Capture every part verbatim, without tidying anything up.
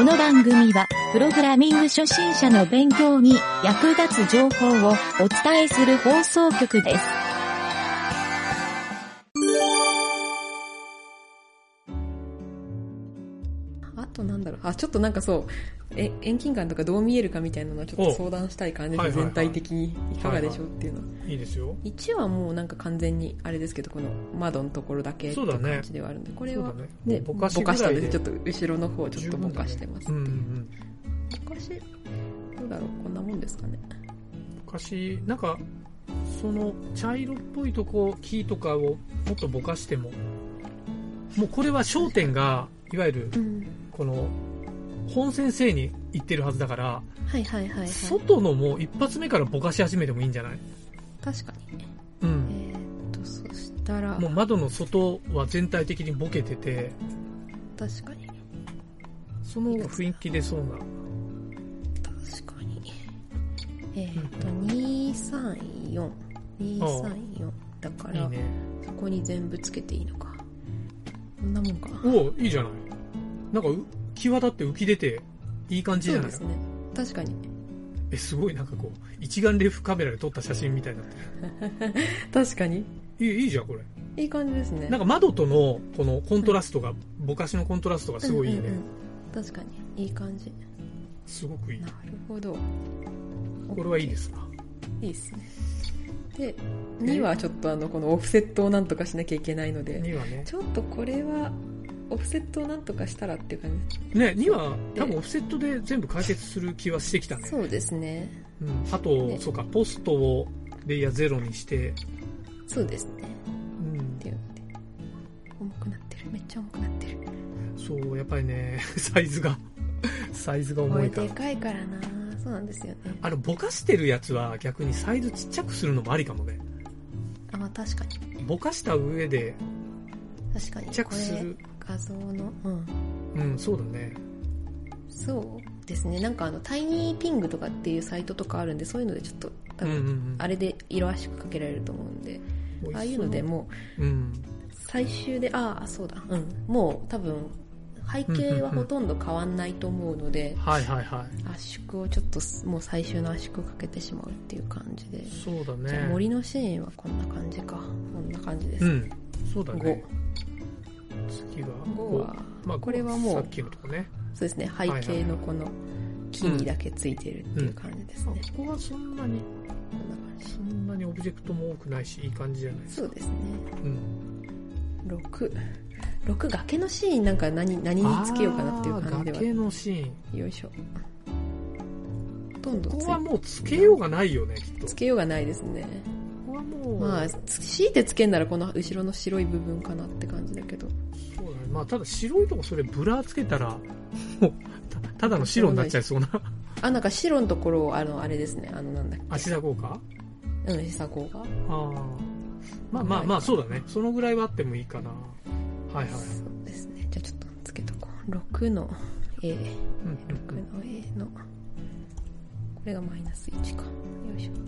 の番組は、プログラミング初心者の勉強に役立つ情報をお伝えする放送局です。 あとなんだろう、あ、ちょっとなんかそう、え遠近感とかどう見えるかみたいなのをちょっと相談したい感じで、はいはいはい、全体的にいかがでしょうっていうの、はいはい、いいですよ。 いちはもうなんか完全にあれですけど、この窓のところだけっていう感じではあるんで、ね、これはね、ぼかしたんでちょっと後ろの方ちょっとぼかしてますっていう、うんうん、ぼかしどうだろう、こんなもんですかね。 ぼかしなんかその茶色っぽいとこ木とかをもっとぼかしても、もうこれは焦点がいわゆるこの本先生に言ってるはずだから、 はいはいはいはい、 外のもう一発目からぼかし始めてもいいんじゃない？ 確かに。 うん。 えー、っとそしたらもう窓の外は全体的にボケてて、 確かにその雰囲気出そうな。 確かに。えー、っと、うん、にーさんよん にーさんよんだから、いいね、そこに全部つけていいのか。こんなもんか。 おお、いいじゃない。なんか際立って浮き出ていい感じじゃない？ そうですね。確かに。 え、すごいなんかこう一眼レフカメラで撮った写真みたいになってる。 確かに。 いい、いいじゃんこれ。 いい感じですね。 なんか窓とのこのコントラストが、ぼかしのコントラストがすごいいいね。うんうんうん、 確かにいい感じ。 すごくいい。 なるほど。 これはいいですか。 いいですね。で、にはちょっとあのこのオフセットをなんとかしなきゃいけないので、 にはね、 ちょっとこれはオフセットをなんとかしたらっていう感じですね。には多分オフセットで全部解決する気はしてきたね。 そうですね。 うん、あと、ね、そうか、ポストをレイヤーゼロにして、 そうですね。うん。っていうので重くなってる。めっちゃ重くなってる。 そうやっぱりね、サイズがサイズが重いから。 これでかいからな。そうなんですよね。 あのぼかしてるやつは逆にサイズちっちゃくするのもありかもね。 あ、まあ確かに。 ぼかした上で確かにちっちゃくする。 画像の、うん。 うん、そうだね。 そうですね。なんかあのタイニーピングとかっていうサイトとかあるんで、そういうのでちょっと多分あれで色圧縮かけられると思うんで、うんうんうん、ああいうのでもう、うん、最終で、ああそうだ、うん、もう多分背景はほとんど変わんないと思うので、 うんうんうん、はいはいはい、 圧縮をちょっともう最終の圧縮をかけてしまうっていう感じで。 そうだね。 じゃあ森のシーンはこんな感じか。こんな感じです、ね。うん、 そうだね。次はごは、まあ、これはもうさっきのとこね。 そうですね。背景のこの木にだけついてるっていう感じですね。 うんうん、ここはそんなにそんなにオブジェクトも多くないし、いい感じじゃないですか。 そうですね。うん。ろくろく崖のシーンなんか何何につけようかなっていう感じでは。 崖のシーン。 よいしょ。ほとんどついてる。 ここはもうつけようがないよね、きっと。 つけようがないですね。 ここはもうまあ強いてつけんならこの後ろの白い部分かなって感じだけど。 そうだね。まあただ白いとこそれブラーつけたらもう た, ただの白になっちゃいそうな。 あ、なんか白のところをあのあれですね。あのなんだっけ。 あ、シダ効果？ うん、シダ効果。ああ。まあまあまあそうだね。そのぐらいはあってもいいかな。はいはい。 そうですね。じゃあちょっとつけとこう。ろくの A、うん、ろくの A のこれがマイナスいちか。よいしょ。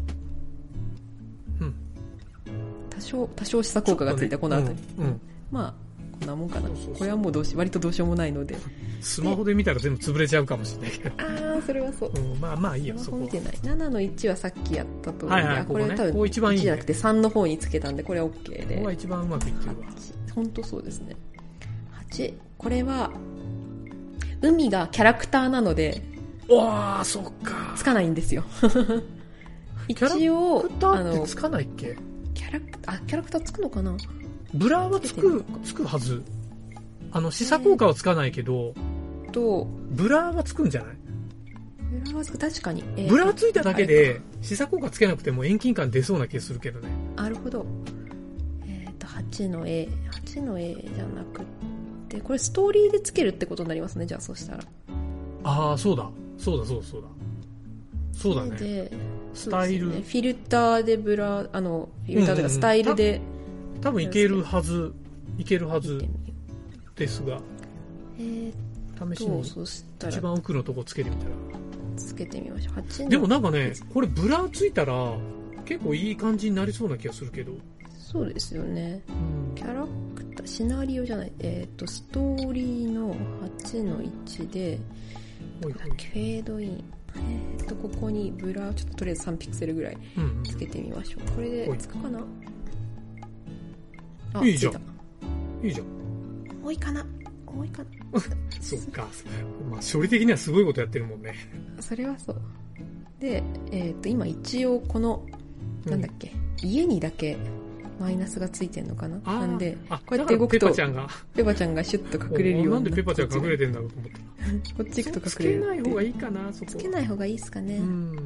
うん。 多少多少示唆効果がついた、ね、この後に、 うんうん、 まあこんなもんかな。そうそうそう、これはもうどうし割とどうしようもないのでスマホで見たら全部潰れちゃうかもしれないけど。 ああそれはそう、 うん、まあまあいいよ。 スマホ見てない。ななのいちはさっきやったとおり、 はいはい、 これ多分ここ一番いい、ね、 いちじゃなくてさんの方につけたんでこれは OK で、 ここが一番うまくいってるわ。 本当そうですね。はち、これは海がキャラクターなので、 わあそっか、 つかないんですよ一応キャラクターってつかないっけ。 キャラクター、あ、キャラクターつくのかな。 ブラーはつくつくはず。あの示唆効果はつかないけど、 えー、とブラーはつくんじゃない。 ブラーはつく、確かに、えー、 ブラーついただけで示唆効果つけなくても遠近感出そうな気がするけどね。 なるほど。えっ、ー、とはちの A、 はちの A じゃなくて、これストーリーでつけるってことになりますね。じゃあそしたら、 ああそうだそうだそうだそうだそうだね。 でスタイル、 ね、フィルターでブラー、あのフィルターというかスタイルで、うんうんうん、多分いけるはずいけるはずですが、 えー、 試しに一番奥のとこつけてみたら、 つけてみましょう。はちのでもなんかね、これブラーついたら結構いい感じになりそうな気がするけど。 そうですよね、うん、キャラクターシナリオじゃない、えっ、ー、と、ストーリーのはちのいちで、フェードイン。えっ、ー、と、ここにブラー、ちょっととりあえずさんピクセルぐらいつけてみましょう。うんうん、これでつくかな？あ、 いいじゃん。いいじゃん。 多いかな多いかなそっか。まあ、処理的にはすごいことやってるもんね。 それはそう。で、えっ、ー、と、今一応この、なんだっけ、うん、家にだけ、マイナスがついてんのかな。なんで、こうやって動くと、 ペパちゃんが、 ペパちゃんがシュッと隠れるようになって。 なんでペパちゃん隠れてんだろうと思ったら。こっち行くと隠れる。 つけない方がいいかな、そこは。 つけない方がいいですかね。 うん、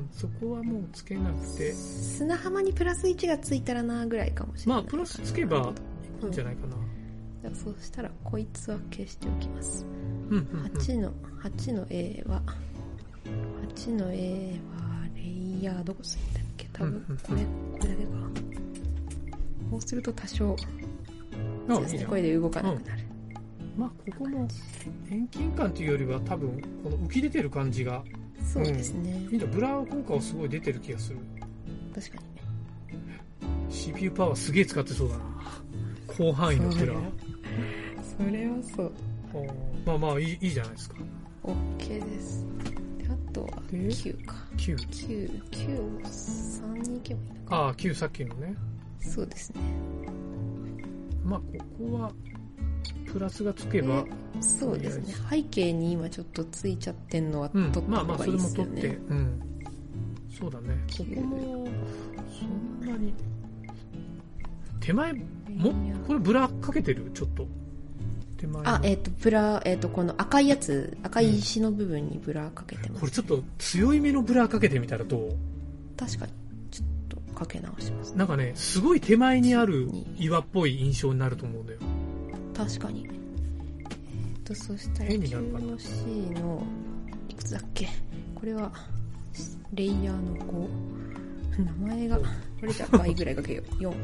そこはもうつけなくて。 砂浜にプラスいちがついたらな、ぐらいかもしれない。 まあ、プラスつけばいいんじゃないかな。 うん、そうしたら、こいつは消しておきます。 うんうんうん、 はちの、はちの A は、はちの A は、レイヤーどこついたっけ多分、これ、これだけか。こうすると多少、そうですね、これで動かなくなる。 うん、まあ、ここも遠近感というよりは多分、この浮き出てる感じが、 そうですね。 みんなブラー効果はすごい出てる気がする。 確かに。 シーピーユー パワーすげえ使ってそうだな。広範囲のブラー。 それはそう。 まあまあいい、いいじゃないですか。 OK です。で、あとはきゅうか。 きゅう。 きゅう、きゅう、さんに行けばいいのか。 ああ、きゅうさっきのね。 そうですね。 まあ、ここは、プラスがつけば。 そうですね。背景に今ちょっとついちゃってんのは取った方がいいですよね。うん、まあまあ、それも取って。うん。 そうだね。ここも、そんなに。手前、も、これブラかけてるちょっと。手前あ、えっ、ー、と、ブラ、えっ、ー、と、この赤いやつ、赤い石の部分にブラかけてます、ねうん。 これちょっと強いめのブラかけてみたらどう？ 確かに。かけ直します、ね、 なんかねすごい手前にある岩っぽい印象になると思うんだよ。 確かに。えっとそしたらきゅうの C のいくつだっけ、これはレイヤーのご、名前がこれじゃ倍ぐらいかけようよん、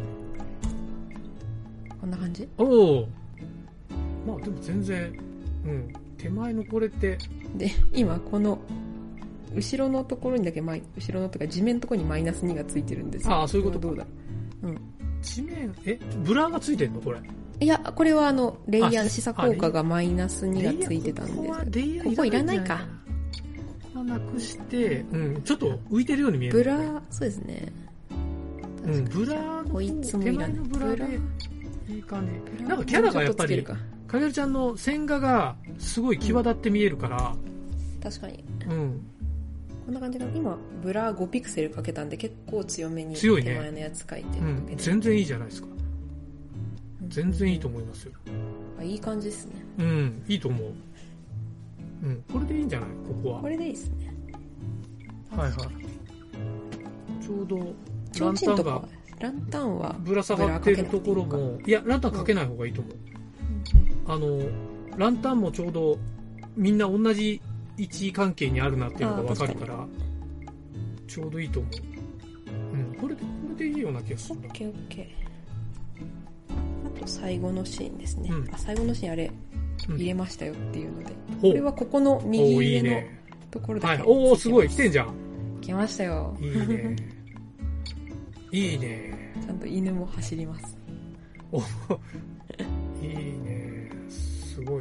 こんな感じ。 おお、まあでも全然、うん、手前のこれってで今この後ろのところにだけマイ、後ろのとか地面のところにマイナスにがついてるんですよ。 ああ、そういうこと。 どうだろう。うん。 地面、え、ブラーがついてんのこれ。 いや、これはあの、レイヤー、示唆効果がマイナスにがついてたんで。ここいらないか。ここはなくして、うん、ちょっと浮いてるように見える、 ブラー、そうですね。 うん、ブラーこいつもいらない。 ブラーでいい感じ。なんかキャラがやっぱり、かげるちゃんの線画がすごい際立って見えるから。 うん、確かに。 うん。 こんな感じかな。今ブラごピクセルかけたんで結構強めに手前のやつ書いて、ねうん、全然いいじゃないですか、うん、全然いいと思いますよ。 あ、いい感じですね。 うんいいと思う。うんこれでいいんじゃない？ここはこれでいいですね。 はいはい。ちょうどランタンがランタンはぶら下がってるところもいやランタンかけない方がいいと思う、うん、あのランタンもちょうどみんな同じ位置関係にあるなっていうのが分かるから、ちょうどいいと思う。うん、これで、これでいいような気がするんだ。 オッケーオッケー。あと最後のシーンですね。うん、あ、最後のシーンあれ、入れましたよっていうので。うん、これはここの右上のところだけ、 ね。はい、おー、すごい、来てんじゃん。 来ましたよ。 いいね。いいね。 ちゃんと犬も走ります。 おいいね。すごい。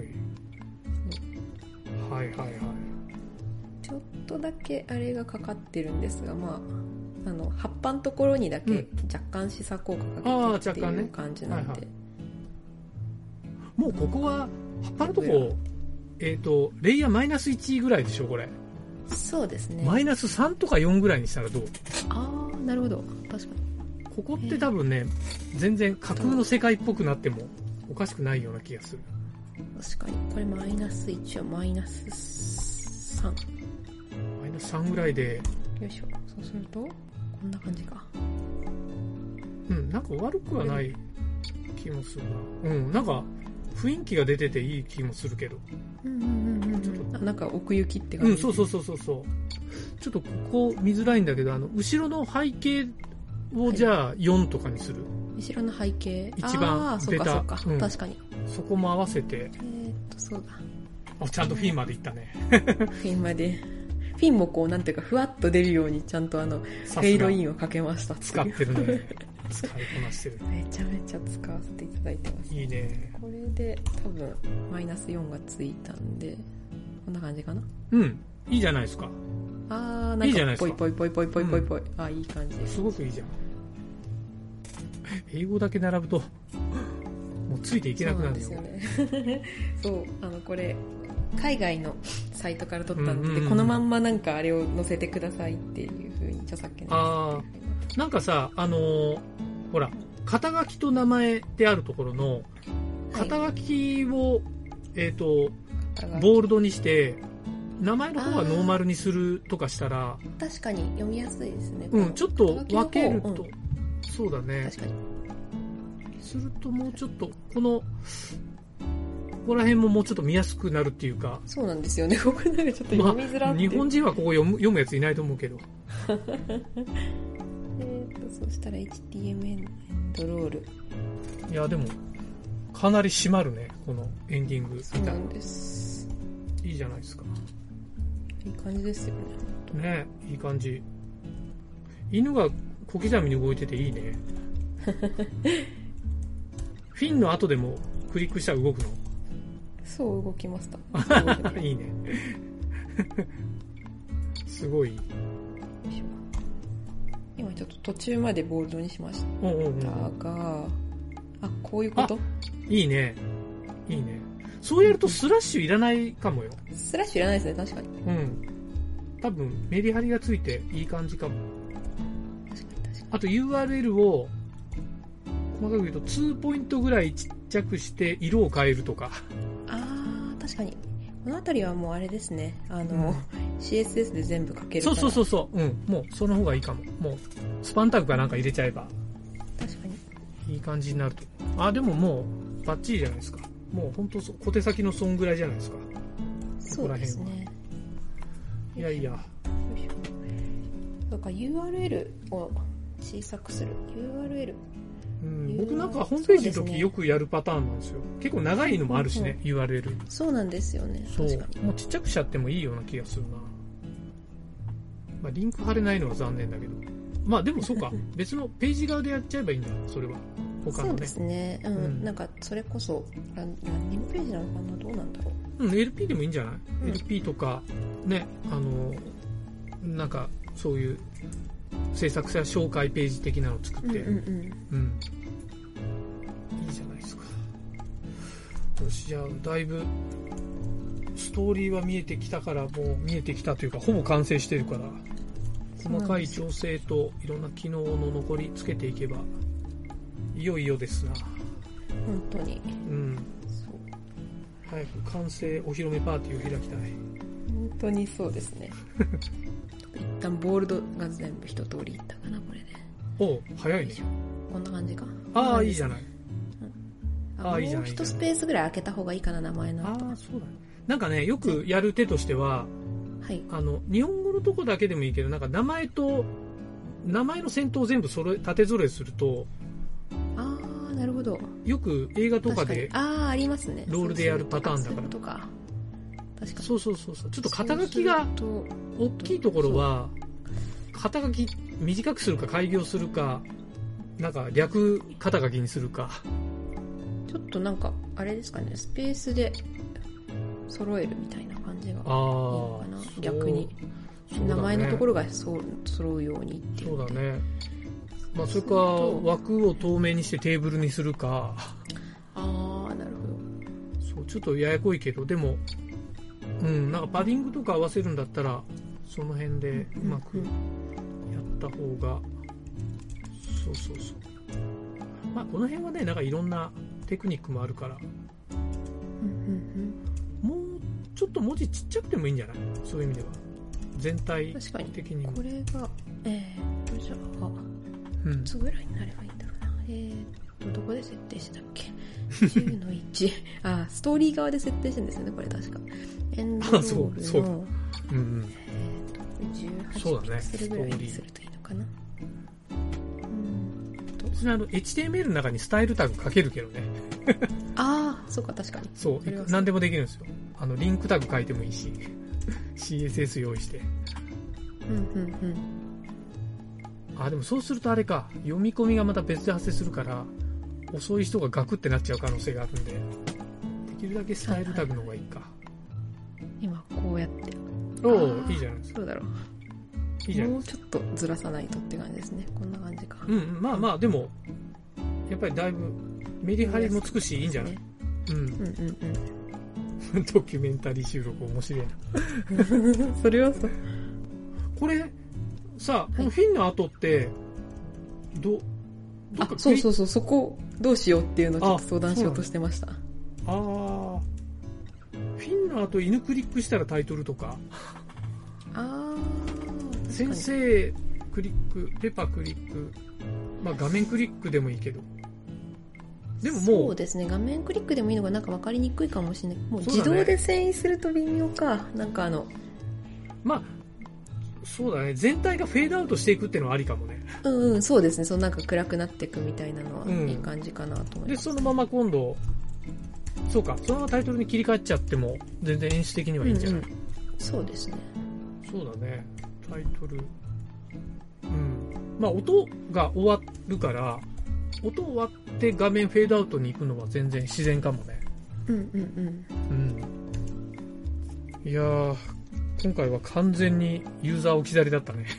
はいはいはい。 ちょっとだけあれがかかってるんですが、まあ、あの葉っぱのところにだけ若干示唆効果かけてっていう感じなんで、うんねはいはい、 もうここは葉っぱのとこえっ、ー、とレイヤーマイナスいちぐらいでしょこれ。 そうですね。 マイナスさんとかよんぐらいにしたらどう？ ああなるほど、確かに。 ここって多分ね、全然架空の世界っぽくなってもおかしくないような気がする。 確かにこれマイナスいちはマイナスさん、 マイナスさんぐらいでよいしょ。そうするとこんな感じか。 うんなんか悪くはない気もするな。うんなんか雰囲気が出てていい気もするけど、 うんうんうんうん、ちょっとなんか奥行きって感じ。 うんそうそうそうそうそう。ちょっとここ見づらいんだけど、あの後ろの背景をじゃあよんとかにする、はい、 後ろの背景一番ベタ。 そうかそうか、うん、確かにそこも合わせて。 えー、っとそうだ。 あちゃんとフィンまで行ったね。 フィンまでピンもこうなんていうかふわっと出るようにちゃんとあのフェードインをかけました。 使ってるね。使いこなしてる。 めちゃめちゃ使わせていただいてます。 いいね。 これで多分マイナスよんがついたんでこんな感じかな。 うん、いいじゃないですか。 あーなんかポイポイポイポイポイポイポイ、うん、あいい感じです。 すごくいいじゃん。英語だけ並ぶともうついていけなくなるんですよね。 そうあのこれ海外のサイトから撮ったんで、うんうんうん、このまんまなんかあれを載せてくださいっていう風に著作権あーなんかさあのー、ほら肩書きと名前であるところの肩書きを、はい、えっ、ー、とボールドにして名前の方はノーマルにするとかしたら確かに読みやすいですね。 うんちょっと分けると、うん、そうだね。 確かにするともうちょっとこのここら辺ももうちょっと見やすくなるっていうか。 そうなんですよね。僕なんかちょっと読みづらって、まあ、 日本人はここ読む読むやついないと思うけど。 えっとそしたら エイチティーエムエル エンドロール。 いやでもかなり締まるねこのエンディング。 そうなんです。 いいじゃないですか。 いい感じですよね。 ねいい感じ。犬が小刻みに動いてていいね。フィンの後でもクリックしたら動くの？ そう動きました。 いいね。すごい。よいしょ。 今ちょっと途中までボールドにしましたが、うんうんうん、あこういうこと？ いいね。いいね。そうやるとスラッシュいらないかもよ。 スラッシュいらないですね確かに。 うん。多分メリハリがついていい感じかも。 確かに確かに。 あと ユーアールエル を細かく言うとにポイントぐらいちっちゃくして色を変えるとか。 ああ確かにこの辺りはもうあれですねあの、うん、シーエスエス で全部書けるから。 そうそうそうそううんもうその方がいいかも。もうスパンタグかなんか入れちゃえば確かにいい感じになると。あでももうバッチリじゃないですか。もう本当小手先のそんぐらいじゃないですか。 そうですね。 いやいや。 そうか ユーアールエル を小さくする ユーアールエル。 うん、僕なんかホームページの時よくやるパターンなんですよ。結構長いのもあるしね、うんうん、ユーアールエル。 そうなんですよね。 そう確かにもうちっちゃくしちゃってもいいような気がするな。まあ、リンク貼れないのは残念だけど。まあでもそうか別のページ側でやっちゃえばいいんだそれは。他のね。 そうですね。うん。うん、なんかそれこそランニングページなのかなどうなんだろう。うん エルピー でもいいんじゃない？うん、エルピー とかねあのなんかそういう制作者紹介ページ的なのを作って、うんうんうんうん、いいじゃないですか。よしじゃあだいぶストーリーは見えてきたからもう見えてきたというかほぼ完成してるから細かい調整といろんな機能の残りつけていけばいよいよですな。 本当に。 うん。そう。早く完成お披露目パーティーを開きたい。 本当にそうですね。一旦ボールドが全部一通りいったかなこれで。 おう早いね。 こんな感じか。 ああいいじゃない。 うん、ああいいじゃない。もう一スペースぐらい開けた方がいいかな名前の後。 ああそうだね。なんかねよくやる手としては、はい、あの日本語のとこだけでもいいけどなんか名前と名前の先頭を全部揃え縦揃えすると。 ああなるほど。 よく映画とかでああありますね。 ロールでやるパターンだから。 とか確かに。 そうそうそうそう。ちょっと肩書きが大きいところは肩書き短くするか改行するかなんか略肩書きにするか。 ちょっとなんかあれですかねスペースで揃えるみたいな感じがいいのかな逆に、ね、名前のところがそ揃うようにっていう。 そうだね。まあ、それか枠を透明にしてテーブルにするか。 ああなるほど。そうちょっとややこいけどでもうんなんかパディングとか合わせるんだったらその辺でうまくやった方が、そうそうそうまあこの辺はねなんかいろんなテクニックもあるから、 うんうんうん、もうちょっと文字ちっちゃくてもいいんじゃない？そういう意味では全体的にも。 これがえーとじゃあいくつぐらいになればいいんだろうな、えーとどこで設定してたっけじゅうのいちあストーリー側で設定してるんですよねこれ確かエンドロールのそうそう、うんうん、 えーとじゅうはちピクセルぐらいにするといいのかな。 それあの エイチティーエムエル の中にスタイルタグ書けるけどねああそうか確かにそう何でもできるんですよ。あのリンクタグ書いてもいいしシーエスエス 用意して。 うんうんうん。 あ、でもそうするとあれか、読み込みがまた別で発生するから、遅い人がガクってなっちゃう可能性があるんで、できるだけスタイルタグの方がいいか。 はいはい、今こうやって。 おお、いいじゃないですか。 どうだろう。 いいじゃないもうちょっとずらさないとって感じですね。こんな感じか。 うん、まあまあ、でも、やっぱりだいぶメリハリもつくし、いいんじゃない、ね、うん。うんうんうん。ドキュメンタリー収録面白いな。それはさ。 これ、さ、このフィンの後って、ど、 どっかあ、そうそうそう、そこどうしようっていうのをちょっと相談しようとしてました。ああ。フィンの後犬クリックしたらタイトルとか。 ああ。 先生クリック、ペパクリック、まあ画面クリックでもいいけど。でももう。 そうですね、画面クリックでもいいのがなんか分かりにくいかもしれない。もう自動で遷移すると微妙か。なんかあの。 まあ、そうだね。全体がフェードアウトしていくっていうのはありかもね。 うんうん、そうですね。そのなんか暗くなっていくみたいなのはいい感じかなと思います、 うん。で、そのまま今度、そうか、そのままタイトルに切り替えちゃっても全然演出的にはいいんじゃない、うんうん、 そうですね。 そうだね。タイトル。うん。まあ音が終わるから、音終わって画面フェードアウトに行くのは全然自然かもね。 うんうんうん。 うん。いやー、今回は完全にユーザー置き去りだったね。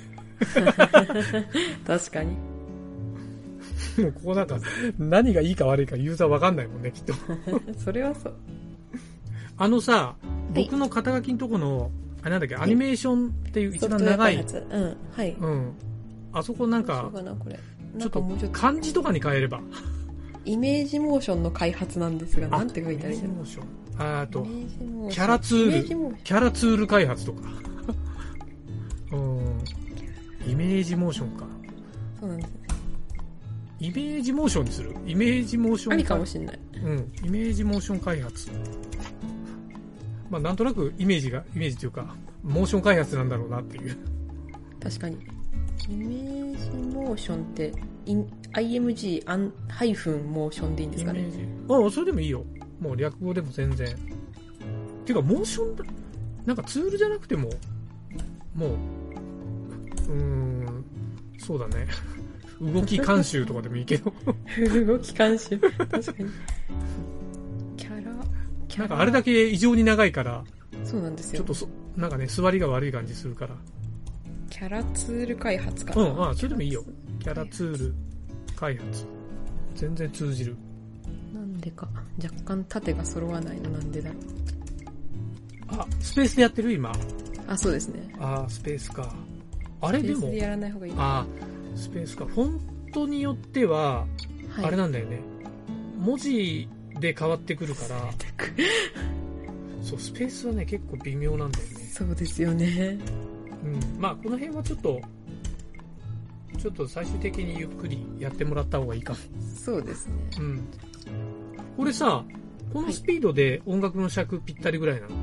確かに。 もうここなんか何がいいか悪いかユーザーわかんないもんね、きっと。 それはそう。 あのさ、僕の肩書きのとこの、あれなんだっけ、アニメーションっていう一番長い。 うん、はい。 うん。あそこなんか、 そうかな、これ。 ちょっと漢字とかに変えれば。 イメージモーションの開発なんですが、なんて書いてあるんだろう。 イメージモーション。あと、キャラツール、キャラツール開発とか。うん。イメージモーションか。 そうなんですね。 イメージモーションにするイメージモーションありかもしれない。 うん。イメージモーション開発。まあ、なんとなくイメージが、イメージというか、モーション開発なんだろうなっていう。 確かに。イメージモーションって、アイエムジー ハイフンモーションでいいんですかね。 イメージ。ああ、それでもいいよ。もう略語でも全然。ていうか、モーションだ、なんかツールじゃなくても、もう、うーん、そうだね。動き監修とかでもいいけど。 動き監修。確かに。キャラ、キャラ。 なんかあれだけ異常に長いから、 そうなんですよ。 ちょっとそ、なんかね、座りが悪い感じするから。 キャラツール開発かな。 うん、ああ、それでもいいよ。キャラツール開発。全然通じる。 なんでか、若干縦が揃わないのなんでだろう。 あ、スペースでやってる今。 あ、そうですね。 ああ、スペースか。あれでも。 スペースでやらない方がいい。 ああ、スペースか。フォントによっては、はい、あれなんだよね。文字で変わってくるから。そう、スペースはね、結構微妙なんだよね。 そうですよね。 うん。まあ、この辺はちょっと、ちょっと最終的にゆっくりやってもらった方がいいかも。 そうですね。 うん。これさ、このスピードで音楽の尺ぴったりぐらいなの？はい、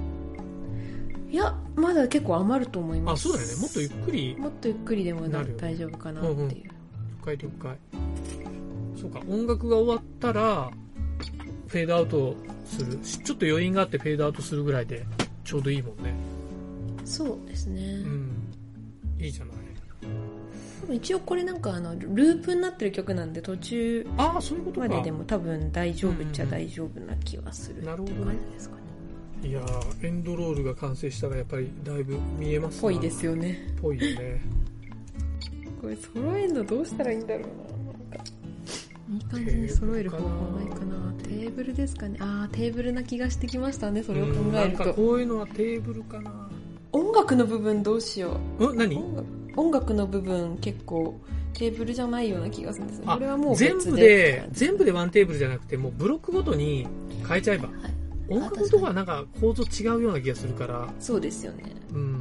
いや、まだ結構余ると思います。 あ、そうだよね。もっとゆっくり。 もっとゆっくりでも大丈夫かなっていう。うんうん、了解了解。そうか、音楽が終わったら、フェードアウトする。ちょっと余韻があってフェードアウトするぐらいでちょうどいいもんね。 そうですね。 うん。いいじゃない。 一応これなんかあのループになってる曲なんで途中まででも多分大丈夫っちゃ大丈夫な気はする。 なるほどね。いやー、エンドロールが完成したらやっぱりだいぶ見えますね。 ぽいですよね。 ぽいよね。 これ揃えるのどうしたらいいんだろうな。なんかいい感じに揃える方法ないかな。テーブルですかね。あー、テーブルな気がしてきましたね。それを考えると。なんかこういうのはテーブルかな。 音楽の部分どうしよう。ん？何？ 音楽、音楽の部分結構テーブルじゃないような気がするんですね。これはもう全部で全部でワンテーブルじゃなくてもうブロックごとに変えちゃえば、はい、音楽とかはなんか構造違うような気がするから。 そうですよね。 うん。うん、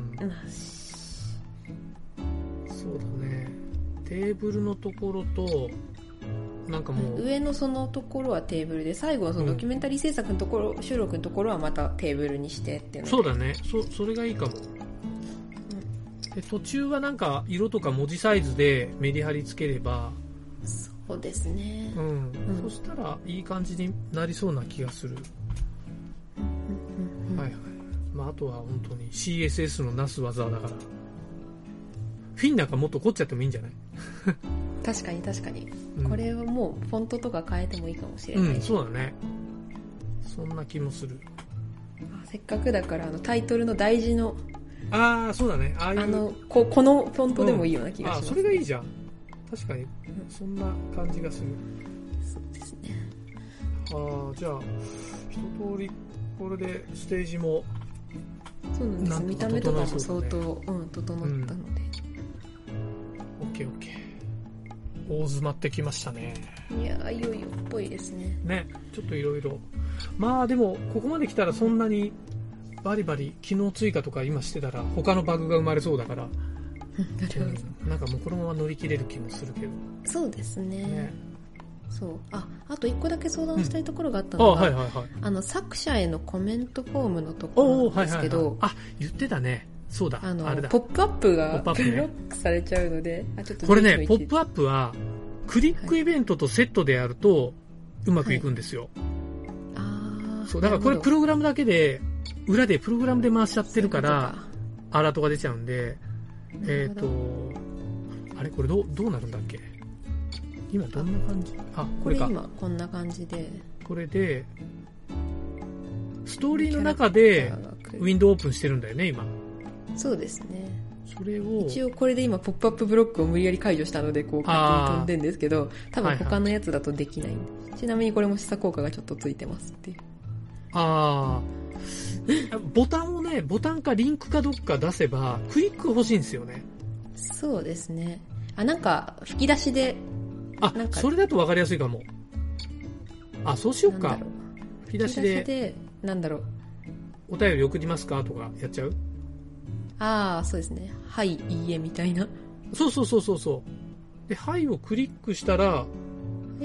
そうだね。テーブルのところとなんかもう上のそのところはテーブルで最後のそのドキュメンタリー制作のところ、うん、収録のところはまたテーブルにしてっていうの。 そうだね。そそれがいいかも。で途中はなんか色とか文字サイズでメリハリつければそうですね、 うんうん、そしたらいい感じになりそうな気がする、うんうんうん、はいはい。ままあ、あとは本当に シーエスエス のなす技だから、フィンなんかもっと凝っちゃってもいいんじゃない？ 確かに確かに、 うん、 これはもうフォントとか変えてもいいかもしれない、 うん、そうだね。そんな気もする。 あ、せっかくだからあのタイトルの大事のああそうだね、ああいうあの こ, このフォントでもいいような気がします、 うん、あそれがいいじゃん。確かにそんな感じがする、 うん、そうですね。 ああじゃあ一通りこれでステージもそうなんです。見た目とかも相当、うん、整ったので、うん、 オッケーオッケー。大詰まってきましたね。 いやいよいよっぽいですね。 ね、ちょっといろいろ。まあでもここまで来たらそんなにバリバリ機能追加とか今してたら他のバグが生まれそうだから、うん、なんかもうこのまま乗り切れる気もするけど。 そうですね。ね、そう。あ、あと一個だけ相談したいところがあったのが、うん、あ、はいはいはい、あの作者へのコメントフォームのところなんですけど、はいはいはい、あ、 言ってたね。そうだ、 あのあれだ、 ポップアップがブロックされちゃうので、あ、ちょっとこれね、ポップアップはクリックイベントとセットでやるとうまくいくんですよ。はい、あ、そうだからこれプログラムだけで裏でプログラムで回しちゃってるからアラートが出ちゃうんで、えっ、ー、とあれこれどうどうなるんだっけ？今どんな感じ？あ、これか。これ今こんな感じで。 これでストーリーの中でウィンドウオープンしてるんだよね今。 そうですね。 それを一応これで今ポップアップブロックを無理やり解除したのでこう勝手に飛んでんですけど、多分他のやつだとできない、はいはい、ちなみにこれも示唆効果がちょっとついてますっていう。 ああ、ボタンをね、ボタンかリンクかどっか出せばクリック欲しいんですよね。 そうですね。あ、なんか吹き出しで、 あ、なんかそれだと分かりやすいかも。あ、そうしようか。吹き出しで、 吹き出しでなんだろう、 お便り送りますかとかやっちゃう？ ああ、そうですね。はい、いいえみたいな。 そうそうそうそうそう。で、はいをクリックしたら、はい、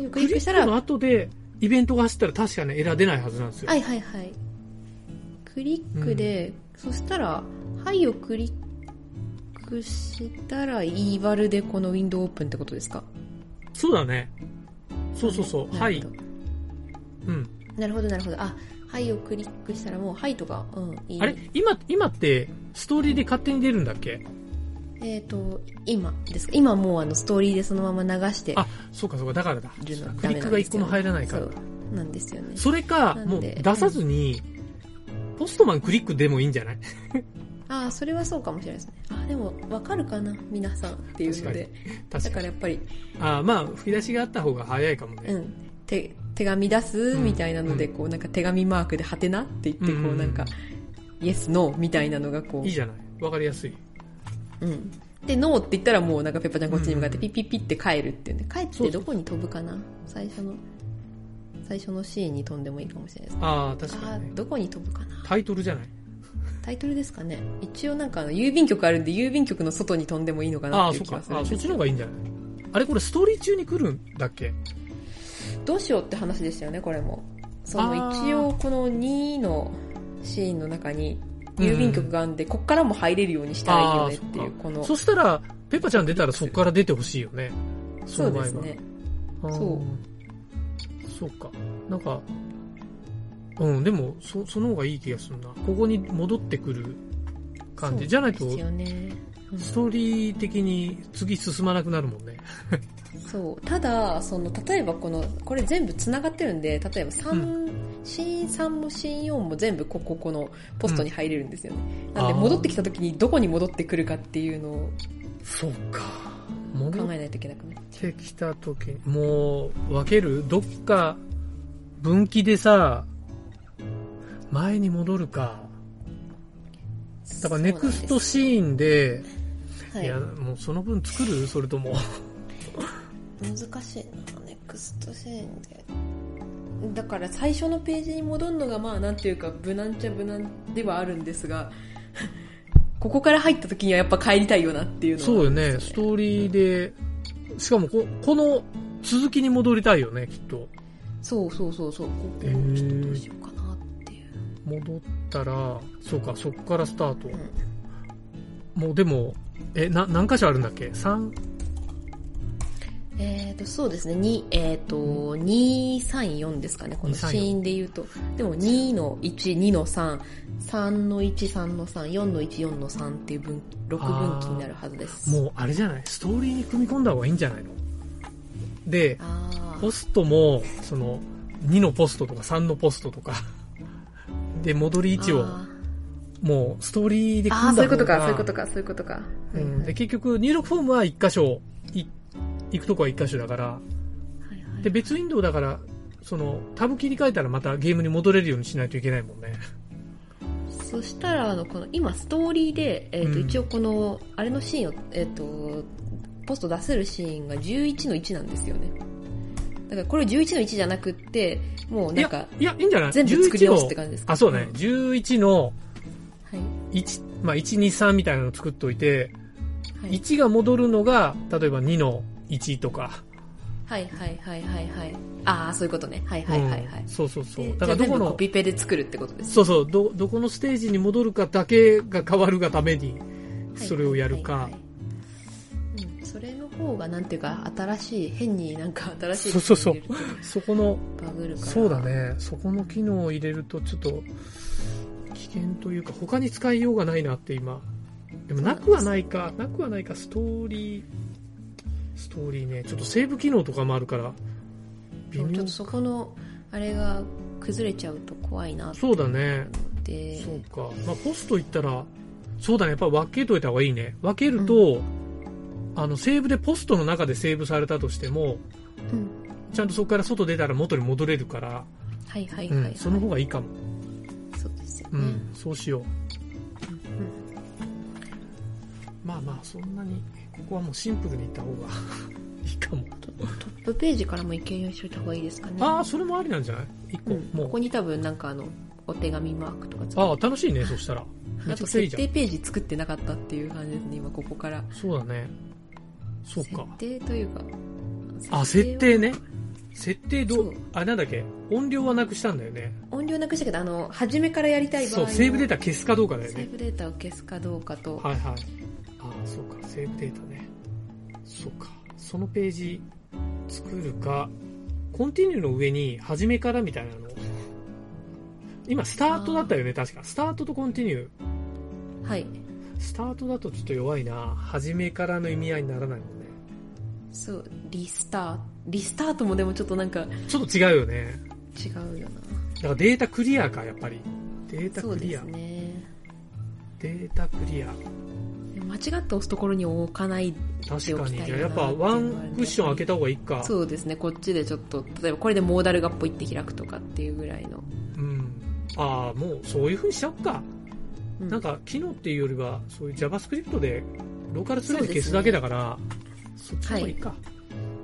クリックしたら、クリックの後でイベントが走ったら確かねエラー出ないはずなんですよ。 はいはいはい。クリックで、うん、そしたら、はいをクリックしたら、イーバルでこのウィンドウオープンってことですか？ そうだね。そうそうそう。はい。うん。 なるほどなるほど。あ、はいをクリックしたらもうはいとか、うん、いい。 あれ今、今ってストーリーで勝手に出るんだっけ？ えっ、ー、と、今ですか？今もうあのストーリーでそのまま流して。 あ、そうかそうか、だからだ。クリックが一個も入らないから。 そうなんですよね。 それか、もう出さずに、うん、ポストマンクリックでもいいんじゃない？ ああ、それはそうかもしれないですね。あ、でも分かるかな皆さんっていうので。確かに。だからやっぱり。 ああ、まあ吹き出しがあった方が早いかもね。 うん。手手紙出すみたいなので、うん、こうなんか手紙マークでハテナって言って、こうなんか、イエスノーみたいなのがこう。 いいじゃない。わかりやすい。 うん。で、ノーって言ったらもうなんかペッパちゃんこっちに向かってピッピッピッって帰るっていうね。帰ってどこに飛ぶかな？最初の、最初のシーンに飛んでもいいかもしれないですね。 ああ、確かに、ね。 あ、どこに飛ぶかな？ タイトルじゃない？ タイトルですかね。一応なんかあの郵便局あるんで郵便局の外に飛んでもいいのかなっていう気がするんですけど。ああ、そっか。あ、そっちの方がいいんじゃない？あれこれストーリー中に来るんだっけ？ どうしようって話でしたよね、これも。その一応このにのシーンの中に郵便局があるんで、うん、こっからも入れるようにしたらいいよねっていう、この。 そしたら、ペッパちゃん出たらそっから出てほしいよね。 そうですね。そう。 そうか。なんか、うん、でも、そ、その方がいい気がするな。ここに戻ってくる感じ。じゃないと、 ね、うん、 ストーリー的に次進まなくなるもんね。 そう。ただ、その、例えばこの、これ全部繋がってるんで、例えばさん、うん、シーンさんもシーンよんも全部ここ、このポストに入れるんですよね。うん、なんで戻ってきた時にどこに戻ってくるかっていうのを、 そうか。 考えないといけなくなってきた時に、もう、分ける？どっか、分岐でさ、前に戻るか。だからネクストシーンで、はい、いや、もうその分作る？それとも。 難しいな、ネクストシーンで。だから最初のページに戻るのがまあなんていうか無難っちゃ無難ではあるんですが、ここから入った時にはやっぱ帰りたいよなっていうのは、 ね。そうよね、ストーリーで、しかもこ、この続きに戻りたいよね、きっと。 そうそうそうそう、ここをちょっとどうしようかなっていう。 戻ったら、そうか、そっからスタート。うん、もうでも、え、な、何箇所あるんだっけ？ さん？ えっ、ー、と、そうですね。に、えっ、ー、と、にさんよんですかね。このシーンで言うと。でもにのいち、にのさん、さんのいち、さんのさん、よんのいち、よんのさんっていう分、ろく分岐になるはずです。 もうあれじゃない？ストーリーに組み込んだ方がいいんじゃないの？で、ポストも、その、にのポストとかさんのポストとか、で、戻り位置を、もうストーリーで組んだ方が。ああ、 そういうことか、そういうことか、そういうことか。 うん、はいはい、で、結局、入力フォームは一箇所、い行くとこは一箇所だから、はいはい、で、別ウィンドウだから、その、タブ切り替えたらまたゲームに戻れるようにしないといけないもんね。 そしたら、あの、この、今、ストーリーで、えっ、ー、と、うん、一応この、あれのシーンを、えっ、ー、と、ポスト出せるシーンがじゅういちのいちなんですよね。だからこれじゅういちのいちじゃなくって、もうなんか、 いや、いや、いいんじゃない？ 全部作り直すって感じですか？ あ、そうね。じゅういちの、いち、まあ、いち、に、さんみたいなのを作っといて、はい、いちが戻るのが、例えばにのいちとか。 はいはいはいはいはい。ああ、そういうことね。はいはいはいはい。うん、 そうそうそう。 だからどこの。コピペで作るってことです、ね。 そうそう。ど、どこのステージに戻るかだけが変わるがために、それをやるか。はいはいはいはい、 うん。それの方がなんていうか、新しい、変になんか新しい。 そうそうそう。そこの、 バグるから。 そうだね。そこの機能を入れるとちょっと、危険というか、他に使いようがないなって今。でもなくはないか、なくはないか、ストーリー、ストーリーね、ちょっとセーブ機能とかもあるから、 微妙。ちょっとそこの、あれが崩れちゃうと怖いなって。 そうだね。で、そうか。まあ、ポスト行ったら、そうだね、やっぱ分けといた方がいいね。分けると、うん、あの、セーブでポストの中でセーブされたとしても、うん、ちゃんとそこから外出たら元に戻れるから、 はいはいはい、はい、うん、 その方がいいかも。 そうですよね。 うん、そうしよう。まあまあ、そんなに、ここはもうシンプルにいった方がいいかも。 トップページからもいけるようにしといた方がいいですかね。 ああ、それもありなんじゃない？一個、うん、 もう。ここに多分なんかあの、お手紙マークとかああ、楽しいね、そしたら。 あと設定ページ作ってなかったっていう感じですね、今ここから。 そうだね。そうか。 設定というか。 あ、設定ね。設定どう、あ、なんだっけ、音量はなくしたんだよね。 音量なくしたけど、あの、初めからやりたい場合の。 そう、セーブデータ消すかどうかだよね。 セーブデータを消すかどうかと。 はいはい。ああ、そうか、セーブデータね。そうか。そのページ作るか、コンティニューの上に、初めからみたいなの。今、スタートだったよね、確か。スタートとコンティニュー。はい。 スタートだとちょっと弱いな。初めからの意味合いにならないもんね。 そう、リスタート。リスタートもでもちょっとなんか。 ちょっと違うよね。 違うよな。だからデータクリアか、やっぱり。データクリア。 そうですね。 データクリア。 間違って押すところに置かないでおきたいな。 確かに。やっぱワンクッション開けた方がいいか。 そうですね。こっちでちょっと、例えばこれでモーダルがポイって開くとかっていうぐらいの。 うん。ああ、もうそういう風にしちゃおっか。うん、なんか機能っていうよりは、そういう JavaScript でローカルスレッド消すだけだから、そ,、ね、そっちの方がいいか。はい、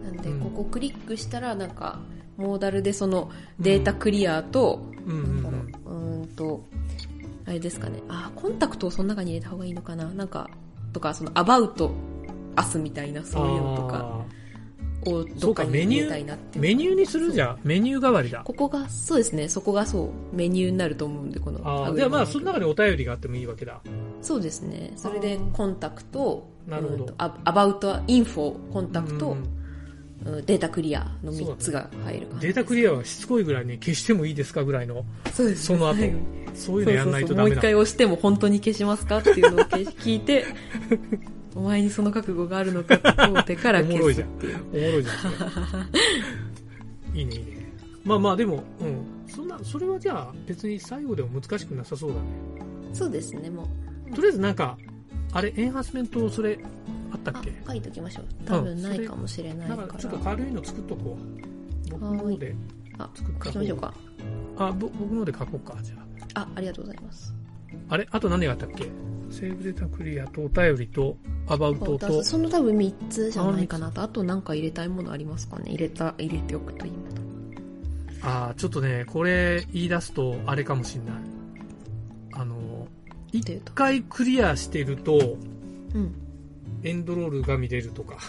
なんで、うん、ここクリックしたら、なんか、モーダルでそのデータクリアと、うん、なんだろう、うーんと、あれですかね。あ、コンタクトをその中に入れた方がいいのかな。なんか、とか、その、アバウト、アスみたいな、そういうのとか。をどっかに入れたいなっていう。 メニューにするじゃん。メニュー代わりだ。 ここが、そうですね。そこがそう、メニューになると思うんで、この。 ああ、じゃあまあ、その中にお便りがあってもいいわけだ。 そうですね。それで、コンタクト、 なるほど。 アバウト、インフォ、コンタクト、うん、データクリアのみっつが入る感じ、ね。 データクリアはしつこいぐらいに消してもいいですかぐらいの。 そうです、ね。 その後、そういうのやんないとダメだ。そうそうそう、 もう一回押しても本当に消しますかっていうのを聞いて、お前にその覚悟があるのかって思ってから消すっていう。 おもろいじゃん。おもろいじゃん。いいね、いいね。まあまあ、でも、うん。そんな、それはじゃあ、別に最後でも難しくなさそうだね。 そうですね、もう。 とりあえずなんか、あれ、エンハンスメント、それ、あったっけ？ 書いときましょう。多分ないかもしれないから。 だからちょっと軽いの作っとこう。僕の方で作った方が。 書きましょうか。 あ、ぼ僕の方で書こうか、じゃあ。あ、ありがとうございます。 あれあと何があったっけ？セーブデータクリアとお便りとアバウトと。 その多分みっつじゃないかなと。あとなんか入れたいものありますかね？入れた、入れておくといいもの。 あー、ちょっとね、これ言い出すとあれかもしんない。あの、一回クリアしてると、うん。エンドロールが見れるとか。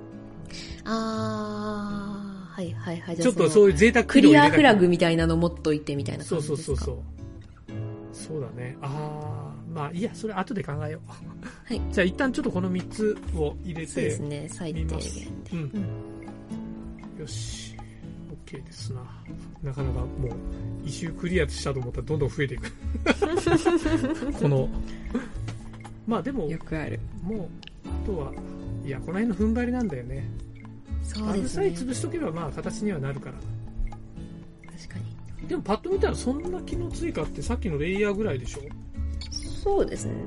あー、はいはいはい。 ちょっとそういう贅沢クリアフラグみたいなの持っといてみたいな感じですか？ そうそうそうそう。そうだね。あー、まあいいや、それ後で考えよう。はい。じゃあ一旦ちょっとこのみっつを入れて。 そうですね、最低限で。うん。 よし OK ですな。なかなかもう一周クリアしたと思ったらどんどん増えていくこのまあでもよくある。 もうあとはいやこの辺の踏ん張りなんだよね。 そうですね。 あれさえ潰しとけばまあ形にはなるから。 確かに。 でもパッと見たらそんな機能追加ってさっきのレイヤーぐらいでしょ。 そうですね。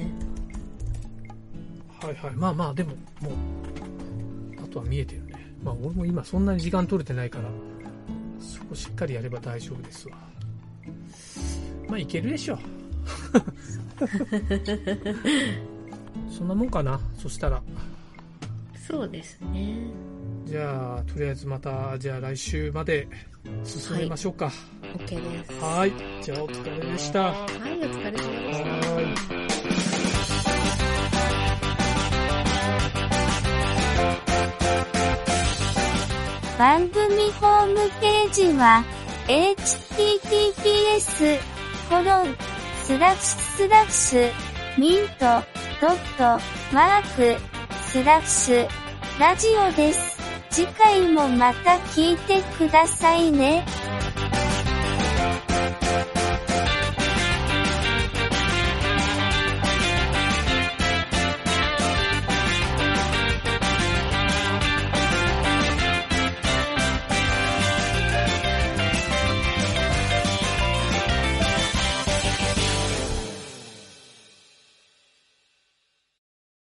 はいはい。まあまあでももうあとは見えてるね。まあ俺も今そんなに時間取れてないからそこしっかりやれば大丈夫ですわ。まあいけるでしょそんなもんかな。そしたらそうですね。 じゃあとりあえずまたじゃあ来週まで進めましょうか。はい、 OK です。 はい。じゃあお疲れでした。 はい、お疲れ様でした。 はい。 番組ホームページは エイチティーティーピーエスコロンスラッシュスラッシュミントドットマークスラッシュラジオです。次回もまた聞いてくださいね。